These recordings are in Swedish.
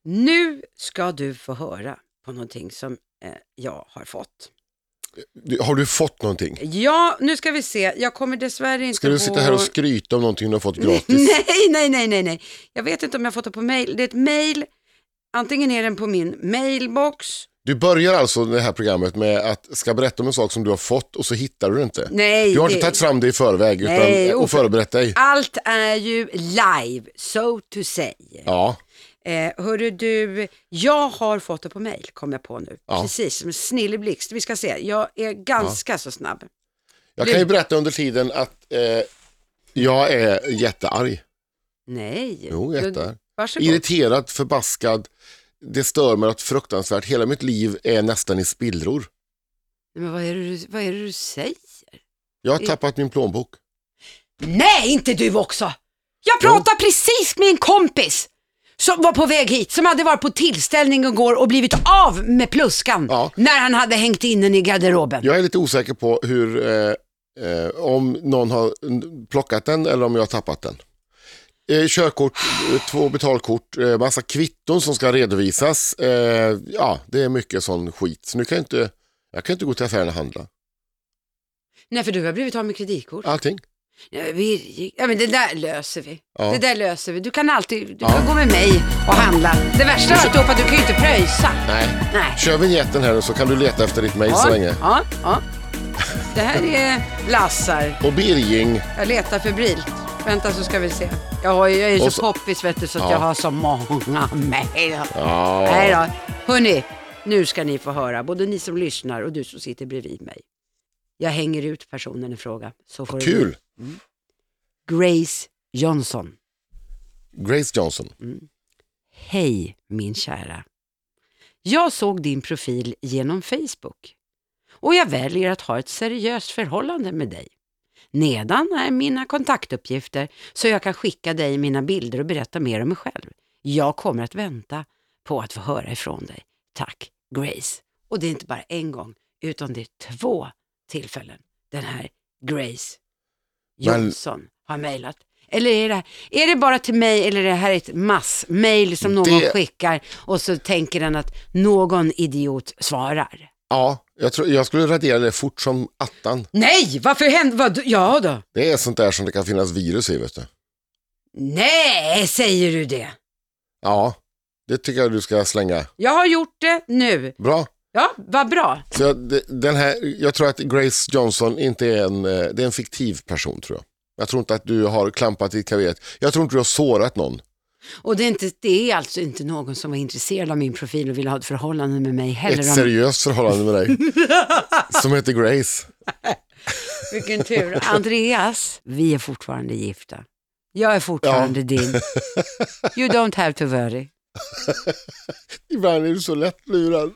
Nu ska du få höra på någonting som jag har fått. Har du fått någonting? Ja, nu ska vi se. Jag kommer dessvärre inte Ska du sitta här och skryta om någonting du har fått gratis? Nej. Jag vet inte om jag har fått det på mail. Det är ett mail. Antingen är den på min mailbox. Du börjar alltså det här programmet med att ska berätta om en sak som du har fått och så hittar du det inte. Nej. Du har inte tagit fram det i förväg och förberett dig. Allt är ju live, so to say. Ja. Hörru du, jag har fått det på mail, kom jag på nu. Ja. Precis, som en snilleblixt. Vi ska se, jag är ganska så snabb. Jag kan ju berätta under tiden att jag är jättearg. Nej. Jo, jättearg. Varsågod. Irriterad, förbaskad. Det stör mig något fruktansvärt. Hela mitt liv är nästan i spillror. Men vad är det du säger? Jag har tappat min plånbok. Nej, inte du också! Jag pratade precis med en kompis som var på väg hit, som hade varit på tillställning igår och blivit av med pluskan när han hade hängt in den i garderoben. Jag är lite osäker på hur om någon har plockat den eller om jag har tappat den. Körkort, 2 betalkort, massa kvitton som ska redovisas. Ja, det är mycket sån skit. Så nu kan jag kan inte gå till affären och handla. Nej, för du har blivit av med kreditkort. Allting. Ja, men det där löser vi. Ja. Det där löser vi. Du kan gå med mig och handla. Det värsta är att du kan ju inte pröjsa. Nej. Kör vignetten här så kan du leta efter ditt mejl så länge. Ja. Det här är Lassar. Och Birging. Jag letar febrilt. Vänta så ska vi se. Jag är så poppis vet du, så att jag har så många mejl. Ja. Nej då. Hörrni, nu ska ni få höra. Både ni som lyssnar och du som sitter bredvid mig. Jag hänger ut personen i fråga. Så får kul. Grace Johnson. Grace Johnson. Hej min kära. Jag såg din profil genom Facebook. Och jag väljer att ha ett seriöst förhållande med dig. Nedan är mina kontaktuppgifter så jag kan skicka dig mina bilder och berätta mer om mig själv. Jag kommer att vänta på att få höra ifrån dig. Tack, Grace. Och det är inte bara en gång utan det är 2 tillfällen. Den här Grace Johnson har mejlat. Eller är det bara till mig eller är det här ett massmail som någon skickar och så tänker den att någon idiot svarar? Ja, jag skulle radera det fort som attan. Nej, varför hände? Ja då. Det är sånt där som det kan finnas virus i, vet du. Nej, säger du det? Ja, det tycker jag du ska slänga. Jag har gjort det nu. Bra. Ja, vad bra. Så jag tror att Grace Johnson inte är det är en fiktiv person, tror jag. Jag tror inte att du har klampat i klaveret. Jag tror inte du har sårat någon. Och det är alltså inte någon som var intresserad av min profil och ville ha ett förhållande med mig heller. Ett seriöst förhållande med dig. Som heter Grace. Vilken tur. Andreas, vi är fortfarande gifta. Jag är fortfarande din. You don't have to worry. Ibland är du så lätt lurad.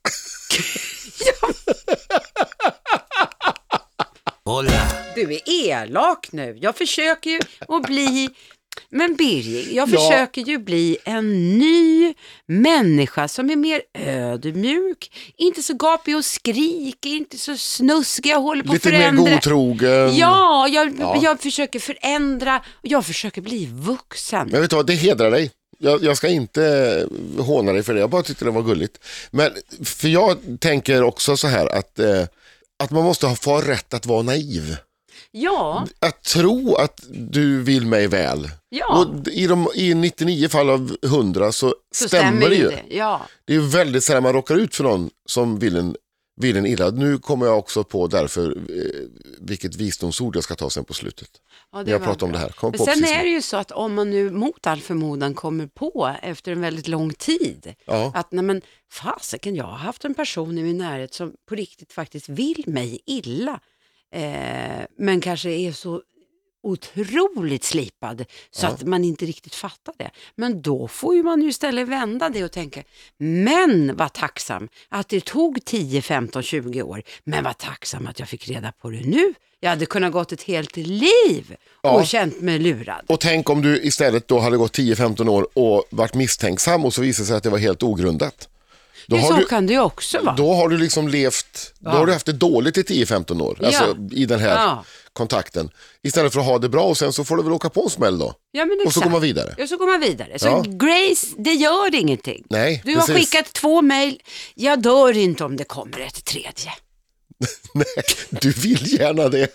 Du är elak nu. Jag försöker ju att bli... Men Birging, jag försöker ju bli en ny människa som är mer ödmjuk, inte så gapig och skriker, inte så snuskig, jag håller på att förändra. Lite mer godtrogen. Ja, jag försöker förändra och jag försöker bli vuxen. Men vet du vad, det hedrar dig. Jag ska inte håna dig för det, jag bara tyckte det var gulligt. Men för jag tänker också så här att man måste få rätt att vara naiv. Ja. Att tro att du vill mig väl. Ja. Och i 99 fall av 100 så stämmer det ju. Ja. Det är ju väldigt så här, man råkar ut för någon som vill en illa. Nu kommer jag också på därför vilket visdomsord jag ska ta sen på slutet. Ja, när jag pratar om det här. Men sen är det ju så att om man nu mot all förmodan kommer på efter en väldigt lång tid att nej men fasiken, jag har haft en person i min närhet som på riktigt faktiskt vill mig illa. Men kanske är så otroligt slipad så att man inte riktigt fattar det. Men då får ju man ju istället vända det och tänka, men vad tacksam att det tog 10, 15, 20 år, men vad tacksam att jag fick reda på det nu. Jag hade kunnat gått ett helt liv och känt mig lurad. Och tänk om du istället då hade gått 10-15 år och varit misstänksam och så visade sig att det var helt ogrundat. Så kan det ju också vara. Då har du liksom levt, då har du haft det dåligt i 10-15 år. Alltså i den här kontakten. Istället för att ha det bra och sen så får du väl åka på en smäll då. Ja, men och så går man vidare. Ja, så går man vidare. Så Grace, det gör ingenting. Nej, du har skickat 2 mejl. Jag dör inte om det kommer ett tredje. Nej, du vill gärna det.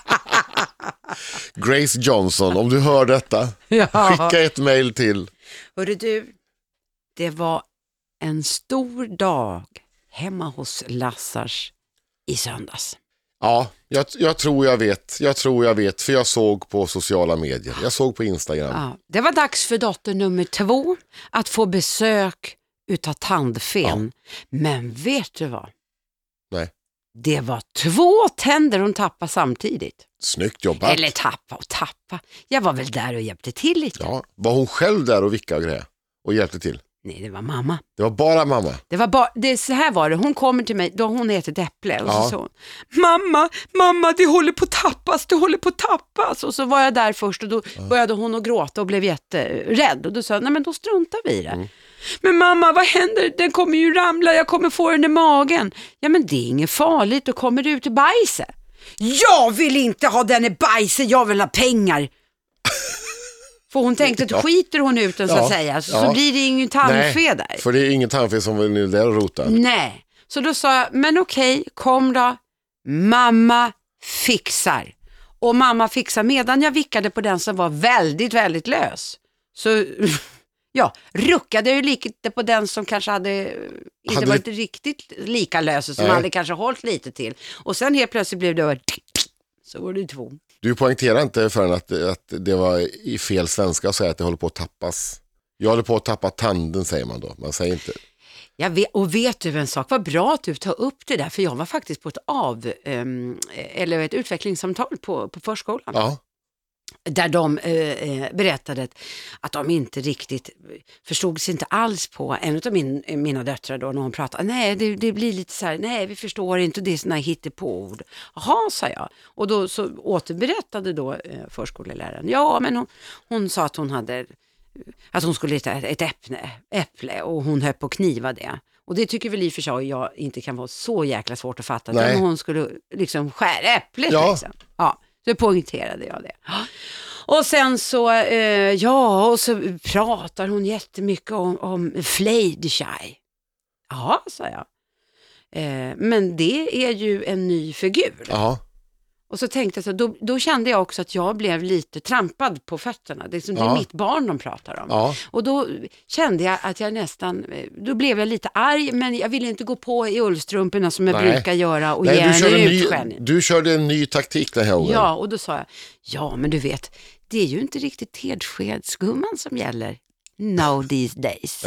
Grace Johnson, om du hör detta, skicka ett mejl till. Hörru du, det var en stor dag hemma hos Lassars i söndags. Ja, jag tror jag vet, för jag såg på sociala medier. Jag såg på Instagram. Ja, det var dags för dotter nummer 2 att få besök utav tandfen. Men vet du vad? Nej. Det var 2 tänder hon tappade samtidigt. Snyggt jobbat. Eller tappa. Jag var väl där och hjälpte till lite. Ja, var hon själv där och vickade och grejer och hjälpte till? Nej, det var mamma. Det var bara mamma. Så här var det. Hon kommer till mig, då hon ätit äpple och så sa hon, mamma, det håller på att tappas. Och så var jag där först och då började hon att gråta och blev jätterädd. Och då sa jag, nej men då struntar vi i det. Men mamma, vad händer? Den kommer ju ramla, jag kommer få den i magen. Ja, men det är inget farligt, då kommer du ut i bajset. Jag vill inte ha den i bajset, jag vill ha pengar. För hon tänkte att skiter hon ut den så att säga, så blir det ingen tandfe där. För det är ingen tandfe som vill nu där och rota. Nej, så då sa jag, men okej, kom då. Mamma fixar. Och mamma fixar medan jag vickade på den som var väldigt, väldigt lös. Så ruckade jag ju lite på den som kanske hade inte varit riktigt lika lös, som hade kanske hållit lite till. Och sen helt plötsligt blev det så var det 2. Du poängterar inte förrän att det var i fel svenska att säga att det håller på att tappas. Jag håller på att tappa tanden, säger man då. Man säger inte. Jag vet, och vet du en sak? Vad bra att du tar upp det där. För jag var faktiskt på ett utvecklingssamtal på förskolan. Ja. Där de berättade att de inte riktigt förstod sig inte alls på en av mina döttrar då när hon pratade. Nej, det blir lite så här, nej vi förstår inte, det är såna här hittepåord. Jaha, sa jag. Och då så återberättade då förskoleläraren. Ja, men hon sa att hon skulle leta ett äpple och hon höll på att kniva det. Och det tycker väl i och för sig jag inte kan vara så jäkla svårt att fatta. Men hon skulle liksom skära äpplet liksom. Ja. Så poängterade jag det. Och sen så, och så pratar hon jättemycket om Fladershai. Ja, sa jag. Men det är ju en ny figur. Ja. Och så tänkte jag så, då kände jag också att jag blev lite trampad på fötterna. Det är mitt barn de pratar om. Ja. Och då kände jag att jag då blev jag lite arg, men jag ville inte gå på i ullstrumporna som jag brukar göra och ge en utskällning. Du körde en ny taktik den här gången. Ja, och då sa jag, men du vet, det är ju inte riktigt Tedskedsgumman som gäller now these days.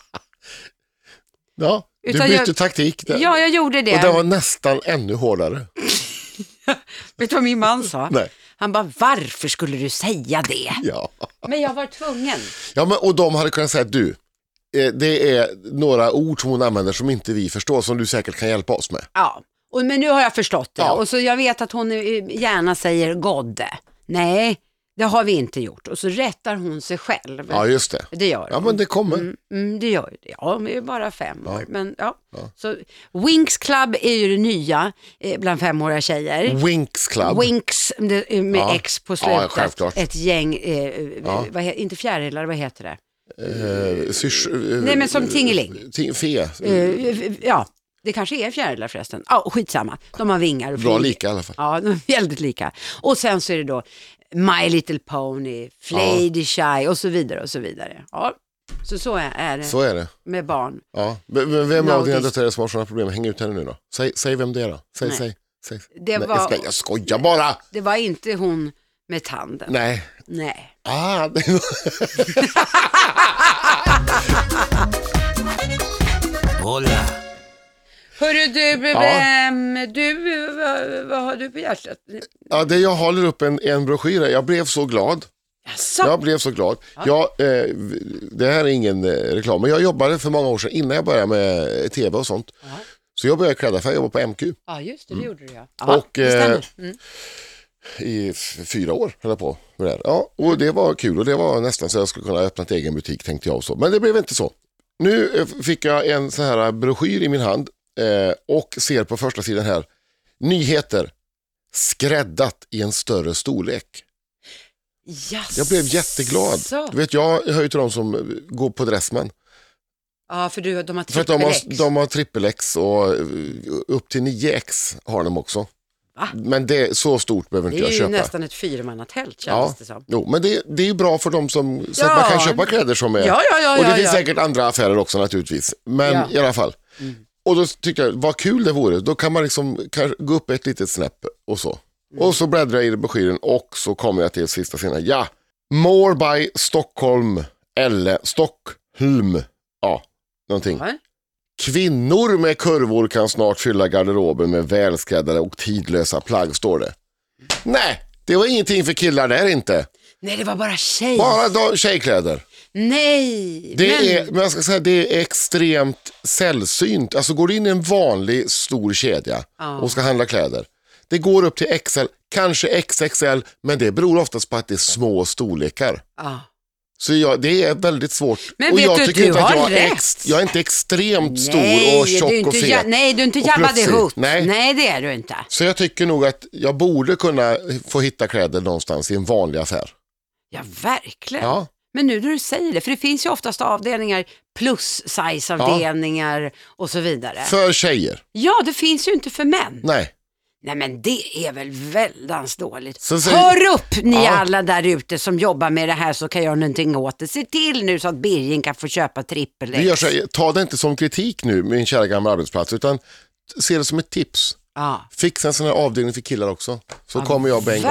Ja, du bytte taktik där. Ja, jag gjorde det. Och det var nästan ännu hårdare. Vet du vad min man sa? Nej. Han bara, varför skulle du säga det? Ja. Men jag var tvungen. Ja, och de hade kunnat säga att det är några ord som hon använder som inte vi förstår, som du säkert kan hjälpa oss med. Ja, men nu har jag förstått det. Ja. Och så jag vet att hon gärna säger godde. Nej, det har vi inte gjort. Och så rättar hon sig själv. Ja, just det. Det gör hon. Ja, men det kommer. Det gör det. Ja, men är bara 5 år. Men så Winx Club är ju det nya bland 5-åriga tjejer. Winx Club. Winx med X på slutet. Ja, självklart. Ett gäng, inte fjärilar, vad heter det? Nej, men som tingeling. Fe. Det kanske är fjärilar förresten. Ja, skitsamma. De har vingar och flyger. Bra lika i alla fall. Ja, de är väldigt lika. Och sen så är det då My Little Pony, Fladershai och så vidare och så vidare. Ja, så är det. Så är det. Med barn. Ja, vem av dina döttrar som har sådana problem? Häng ut henne nu då. Säg vem det är då. Säg. Nej, jag skojar bara. Det var inte hon med tanden. Nej. Hola. Hörru du, vad har du på hjärtat? Ja, jag håller upp en broschyr. Jag blev så glad. Jaså? Jag blev så glad. Det här är ingen reklam, men jag jobbade för många år sedan innan jag började med tv och sånt. Ja. Så jag började kläda för jag jobbade på MQ. Ja, just det, det gjorde du ja. Och i 4 år höll jag på med det här. Ja, och det var kul och det var nästan så jag skulle kunna öppna en egen butik, tänkte jag och så. Men det blev inte så. Nu fick jag en sån här broschyr i min hand och ser på första sidan här. Nyheter. Skräddat i en större storlek. Yes. Jag blev jätteglad. Du vet, jag hör ju till de som går på Dressman. Ja, för de har För att de har trippel-X och upp till 9X har de också. Va? Men det är så stort behöver inte jag köpa. Det är ju nästan ett 4-mannatält känns det som. Jo, men det är ju bra för dem som så att man kan köpa kläder som är. Och det finns säkert andra affärer också naturligtvis. Men i alla fall. Och då tycker jag, vad kul det vore. Då kan man liksom gå upp ett litet snäpp och så. Och så bläddrar jag i broschyren och så kommer jag till sista sidan. Ja, More by Stockholm eller Stockholm. Ja, någonting. Kvinnor med kurvor kan snart fylla garderoben med välskräddade och tidlösa plagg, står det. Nej, det var ingenting för killar där inte. Nej, det var bara tjej. Bara tjejkläder. Nej, men jag ska säga, det är extremt sällsynt. Alltså går du in i en vanlig stor kedja och ska handla kläder. Det går upp till XL, kanske XXL, men det beror oftast på att det är små storlekar. Så det är väldigt svårt. Men och vet jag du, tycker inte att jag är inte extremt stor och tjock och fet. Nej, du är inte Jabba the Hutt. Nej, det är du inte. Så jag tycker nog att jag borde kunna få hitta kläder någonstans i en vanlig affär. Ja, verkligen. Ja. Men nu när du säger det, för det finns ju oftast avdelningar, plus-size-avdelningar och så vidare. För tjejer? Ja, det finns ju inte för män. Nej. Nej, men det är väl väldans dåligt. Hör upp ni alla där ute som jobbar med det här, så kan jag någonting åt det. Se till nu så att Birgin kan få köpa trippel-X. Ta det inte som kritik nu, min kära gamla arbetsplats, utan se det som ett tips. Fixa en sån här avdelning för killar också. Så kommer jag på en gång.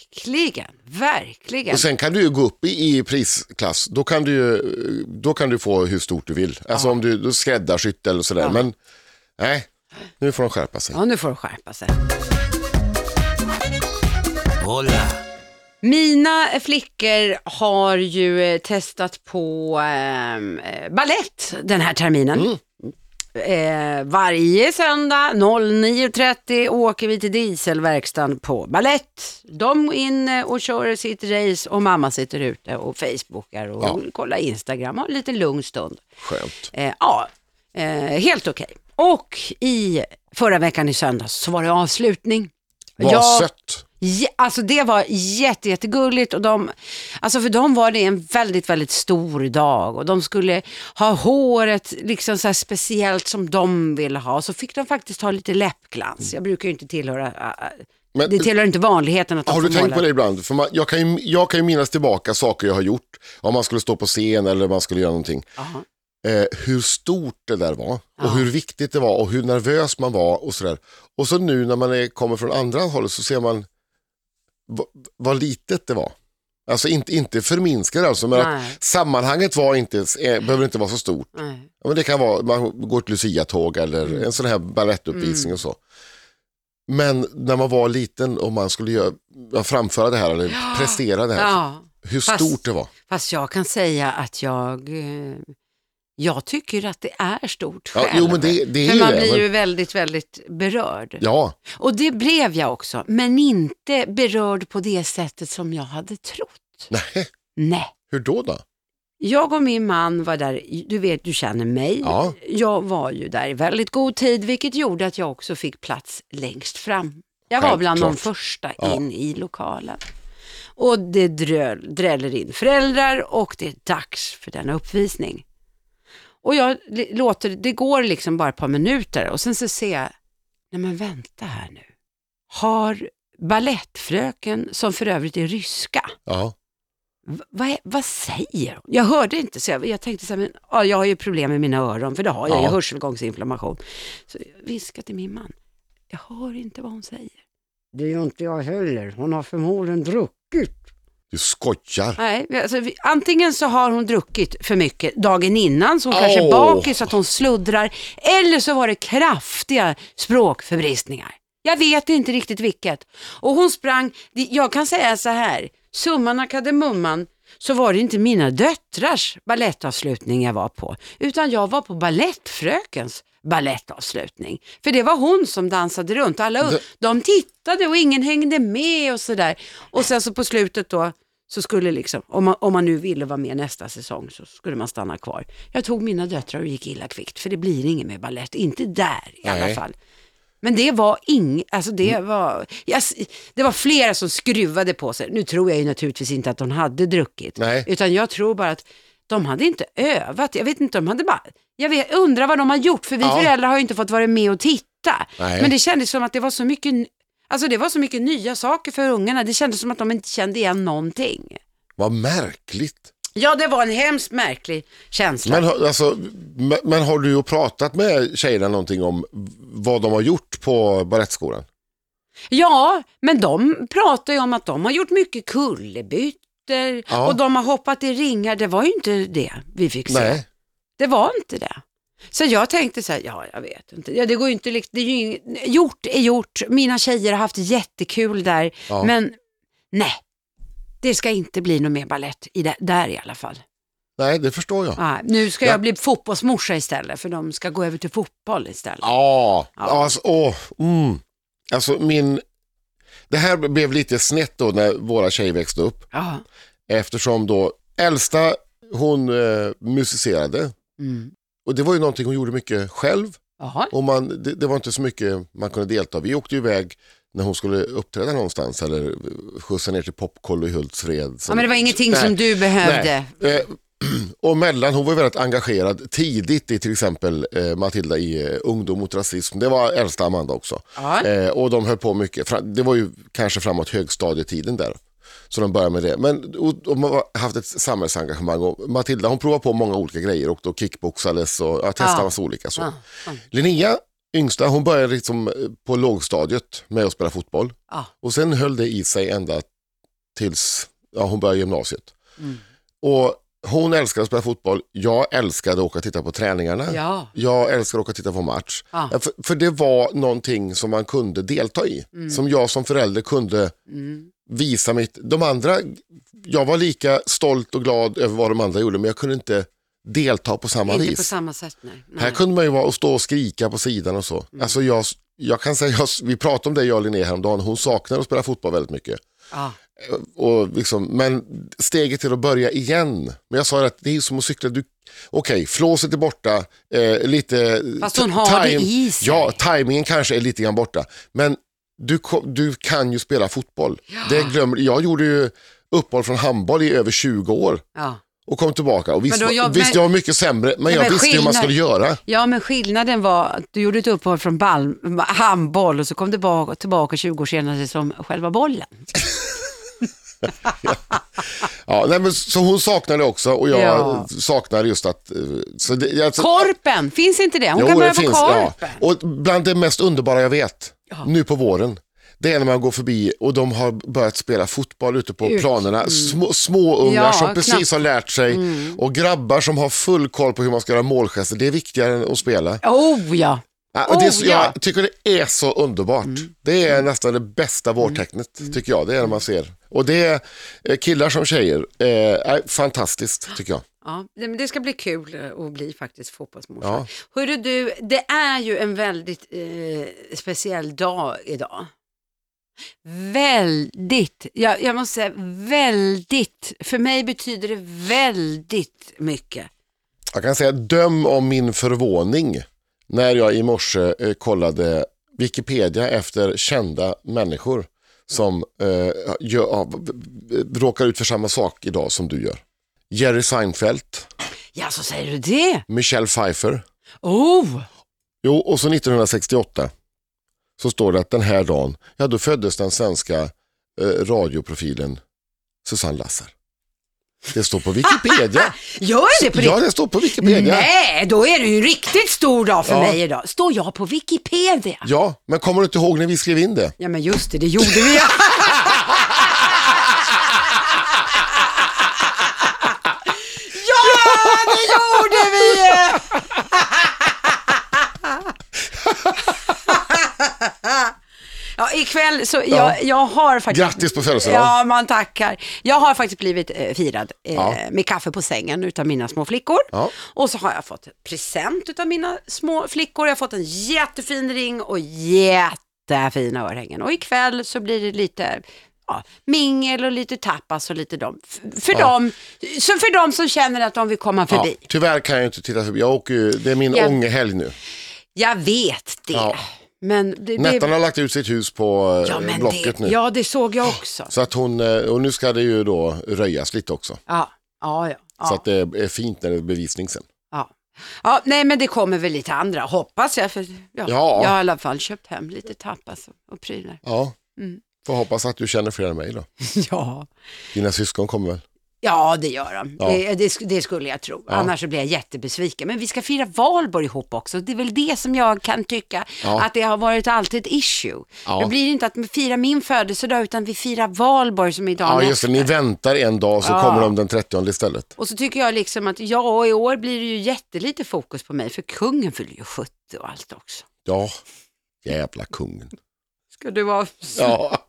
Verkligen. Och sen kan du ju gå upp i prisklass. Då kan du få hur stort du vill. Alltså om du skräddarskytt eller sådär. Men nej, nu får de skärpa sig. Ja, nu får de skärpa sig. Hola. Mina flickor har ju testat på ballett den här terminen. Varje söndag 09.30 åker vi till dieselverkstan på ballett. De inne och kör sitt race och mamma sitter ute och facebookar och kollar Instagram och har lite lugn stund. Skönt. Helt okej. Och i förra veckan i söndags så var det avslutning. Vad sött. Alltså det var jättegulligt och för dem var det en väldigt, väldigt stor dag och de skulle ha håret liksom så här speciellt som de ville ha, så fick de faktiskt ha lite läppglans. Jag brukar ju inte det tillhör inte vanligheten att de har du tänkt på det ibland? För jag kan ju minnas tillbaka saker jag har gjort om man skulle stå på scen eller man skulle göra någonting. Hur stort det där var och hur viktigt det var och hur nervös man var och sådär. Och så nu när man kommer från andra hållet så ser man vad litet det var. Alltså inte förminskar alltså, men att sammanhanget behöver inte vara så stort. Men det kan vara, man går till Lucia-tåg eller en sån här ballettuppvisning och så. Men när man var liten och man skulle framföra det här eller prestera det här, hur stort det var. Fast jag kan säga att jag tycker att det är stort själv. Men det är för man blir ju väldigt, väldigt berörd. Ja. Och det blev jag också. Men inte berörd på det sättet som jag hade trott. Nej. Hur då? Jag och min man var där, du känner mig. Ja. Jag var ju där i väldigt god tid, vilket gjorde att jag också fick plats längst fram. Jag var bland de första in i lokalen. Och det dräller in föräldrar och det är dags för denna uppvisning. Och jag det går liksom bara ett par minuter och sen så ser jag, nej men vänta här nu. Har ballettfröken, som för övrigt är ryska. Vad säger hon? Jag hörde inte, så jag tänkte så här, men jag har ju problem med mina öron, för det har jag ju hörselgångsinflammation. Så jag viskade till min man, jag hör inte vad hon säger. Det är ju inte jag heller, hon har förmodligen druckit. Du skojar. Nej, alltså, antingen så har hon druckit för mycket dagen innan, så hon kanske är bakis så att hon sluddrar, eller så var det kraftiga språkförbristningar. Jag vet inte riktigt vilket. Och hon sprang, jag kan säga så här, summan av kardemumman, så var det inte mina döttrars ballettavslutning jag var på, utan jag var på ballettfrökens ballettavslutning. För det var hon som dansade runt. Alla de tittade och ingen hängde med och sådär. Och sen så på slutet då så skulle liksom, om man nu ville vara med nästa säsong så skulle man stanna kvar. Jag tog mina döttrar och gick illa kvickt, för det blir inget med ballett, inte där i alla fall. Men det var det var flera som skruvade på sig. Nu tror jag ju naturligtvis inte att de hade druckit. Nej. Utan jag tror bara att de hade inte övat. Jag vet inte, jag undrar vad de har gjort. För vi föräldrar har ju inte fått vara med och titta. Nej. Men det kändes som att det var så mycket, alltså det var så mycket nya saker för ungarna. Det kändes som att de inte kände igen någonting. Vad märkligt. Ja, det var en hemskt märklig känsla. Men har du pratat med tjejerna någonting om vad de har gjort på balettskolan? Ja, men de pratar ju om att de har gjort mycket kullerbyttor och de har hoppat i ringar. Det var ju inte det vi fick se. Nej. Det var inte det. Så jag tänkte så här, jag vet inte. Ja, det går ju inte, det är ju gjort är gjort. Mina tjejer har haft jättekul där, men nej. Det ska inte bli någon mer ballett där i alla fall. Nej, det förstår jag. Nu ska jag bli fotbollsmorsa istället, för de ska gå över till fotboll istället. Det här blev lite snett då när våra tjejer växte upp. Ja. Eftersom då äldsta, hon musicerade. Och det var ju någonting hon gjorde mycket själv. Aha. Och det var inte så mycket man kunde delta. Vi åkte ju iväg när hon skulle uppträda någonstans eller skjutsa ner till Popkollo i Hultsfred. Men det var ingenting som du behövde. Och Mellan, hon var väldigt engagerad tidigt i till exempel Matilda i Ungdom mot rasism. Det var äldsta Amanda också. Och de höll på mycket. Det var ju kanske framåt högstadietiden där. Så de började med det. Men de har haft ett samhällsengagemang. Och Matilda, hon provade på många olika grejer och då kickboxades och testade massa olika så. Linnea, yngsta, hon började liksom på lågstadiet med att spela fotboll. Och sen höll det i sig ända tills hon började gymnasiet. Och hon älskade att spela fotboll. Jag älskade att åka och titta på träningarna. Jag älskade att åka och titta på match. För det var någonting som man kunde delta i. Som jag som förälder kunde visa mitt. De andra, jag var lika stolt och glad över vad de andra gjorde, men jag kunde inte delta på samma vis. Inte på samma sätt, nej. Här kunde man ju vara och stå och skrika på sidan och så. Alltså jag kan säga, vi pratade om det, jag och Linnea häromdagen. Hon saknar att spela fotboll väldigt mycket. Och liksom, men steget till att börja igen. Men jag sa att det är som att cykla. Flåset är borta. Lite fast hon har det i sig. Ja, tajmingen kanske är lite grann borta. Men du kan ju spela fotboll. Jag gjorde ju uppehåll från handboll i över 20 år. Och kom tillbaka. Och visst jag var mycket sämre, men jag visste hur man skulle göra. Ja, men skillnaden var att du gjorde ett uppehåll från handboll och så kom du tillbaka 20 år senare som själva bollen. Så hon saknade också och jag saknade just att Korpen, finns inte det? Hon kan börja på Korpen. Och bland det mest underbara jag vet nu på våren, det är när man går förbi och de har börjat spela fotboll ute på planerna. Små ungar som precis har lärt sig och grabbar som har full koll på hur man ska göra målgester. Det är viktigare än att spela. Jag tycker det är så underbart. Det är nästan det bästa vårtecknet tycker jag. Det är när man ser. Och det är killar som tjejer. Fantastiskt tycker jag. Ja, men det ska bli kul att bli faktiskt fotbollsmorsa. Hörru du, det är ju en väldigt speciell dag idag. Väldigt, jag måste säga väldigt, för mig betyder det väldigt mycket. Jag kan säga döm om min förvåning när jag i morse kollade Wikipedia efter kända människor som råkar ut för samma sak idag som du gör. Jerry Seinfeld. Ja, så säger du det? Michelle Pfeiffer. Jo, och så 1968 så står det att den här dagen, då föddes den svenska radioprofilen Susanne Lasser. Det står på Wikipedia. Gör det på Ja, det står på Wikipedia. Nej, då är det ju en riktigt stor dag för mig idag. Står jag på Wikipedia? Ja, men kommer du inte ihåg när vi skrev in det? Ja, men just det gjorde vi. Det gjorde vi! Ja, ikväll så jag har faktiskt... Grattis på födelsedagen. Ja, man tackar. Jag har faktiskt blivit firad med kaffe på sängen utav mina små flickor. Och så har jag fått present utav mina små flickor. Jag har fått en jättefin ring och jättefina örhängen. Och ikväll så blir det lite mingel och lite tapas och lite för dem som känner att de vill komma förbi. Ja, tyvärr kan jag inte titta förbi. Det är min ångehelg nu. Jag vet det. Ja. Men Nettan har lagt ut sitt hus på Blocket nu. Ja, det såg jag också. Så att och nu ska det ju då röjas lite också. Ja. Så att det är fint när det är bevisning sen. Ja, nej men det kommer väl lite andra, hoppas jag. För jag har i alla fall köpt hem lite tapas och prylar. Ja, får hoppas att du känner fler än mig då. Ja. Dina syskon kommer väl? Ja, det gör de. Ja. Det skulle jag tro. Ja. Annars så blir jag jättebesviken. Men vi ska fira valborg ihop också. Det är väl det som jag kan tycka att det har varit alltid ett issue. Ja. Det blir inte att vi firar min födelsedag utan vi firar valborg som idag. Ja, just det. Ni väntar en dag så kommer de den 30 istället. Och så tycker jag liksom att i år blir det ju jättelite fokus på mig. För kungen fyller ju 70 och allt också. Ja, jävla kungen. Ska du vara... Ja.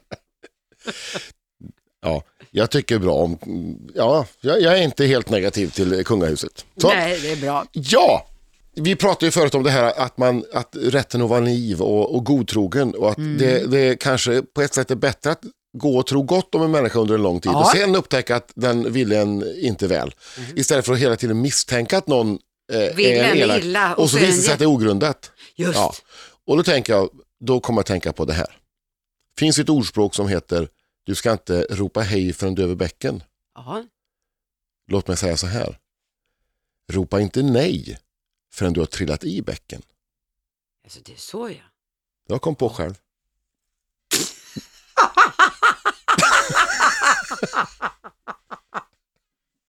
Ja, jag tycker bra om... Ja, jag är inte helt negativ till kungahuset. Så. Nej, det är bra. Ja, vi pratade ju förut om det här att rätten att vara naiv och godtrogen och att det kanske på ett sätt är bättre att gå och tro gott om en människa under en lång tid och sen upptäcka att den vill en inte väl. Istället för att hela tiden misstänka att någon vill är en elak illa och så visar det sig att det är ogrundat. Just. Ja. Och då kommer jag tänka på det här. Finns ett ordspråk som heter du ska inte ropa hej förrän du är över bäcken. Ja. Låt mig säga så här. Ropa inte nej förrän du har trillat i bäcken. Alltså det är så Jag kom på själv.